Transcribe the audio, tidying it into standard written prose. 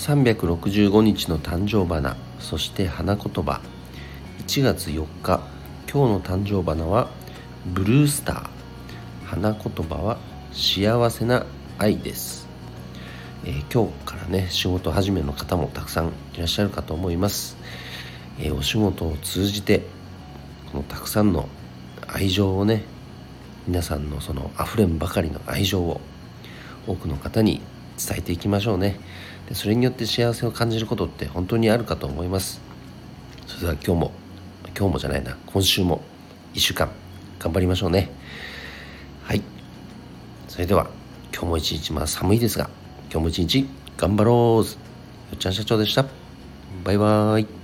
365日の誕生花、そして花言葉。1月4日、今日の誕生花はブルースター、花言葉は幸せな愛です。今日からね、仕事始めの方もたくさんいらっしゃるかと思います。お仕事を通じてこのたくさんの愛情をね、皆さんのその溢れんばかりの愛情を多くの方に伝えていきましょうね。でそれによって幸せを感じることって本当にあるかと思います。それでは今週も1週間頑張りましょうね。はい、それでは今日も一日、寒いですが今日も一日頑張ろう。よっちゃん社長でした。バイバイ。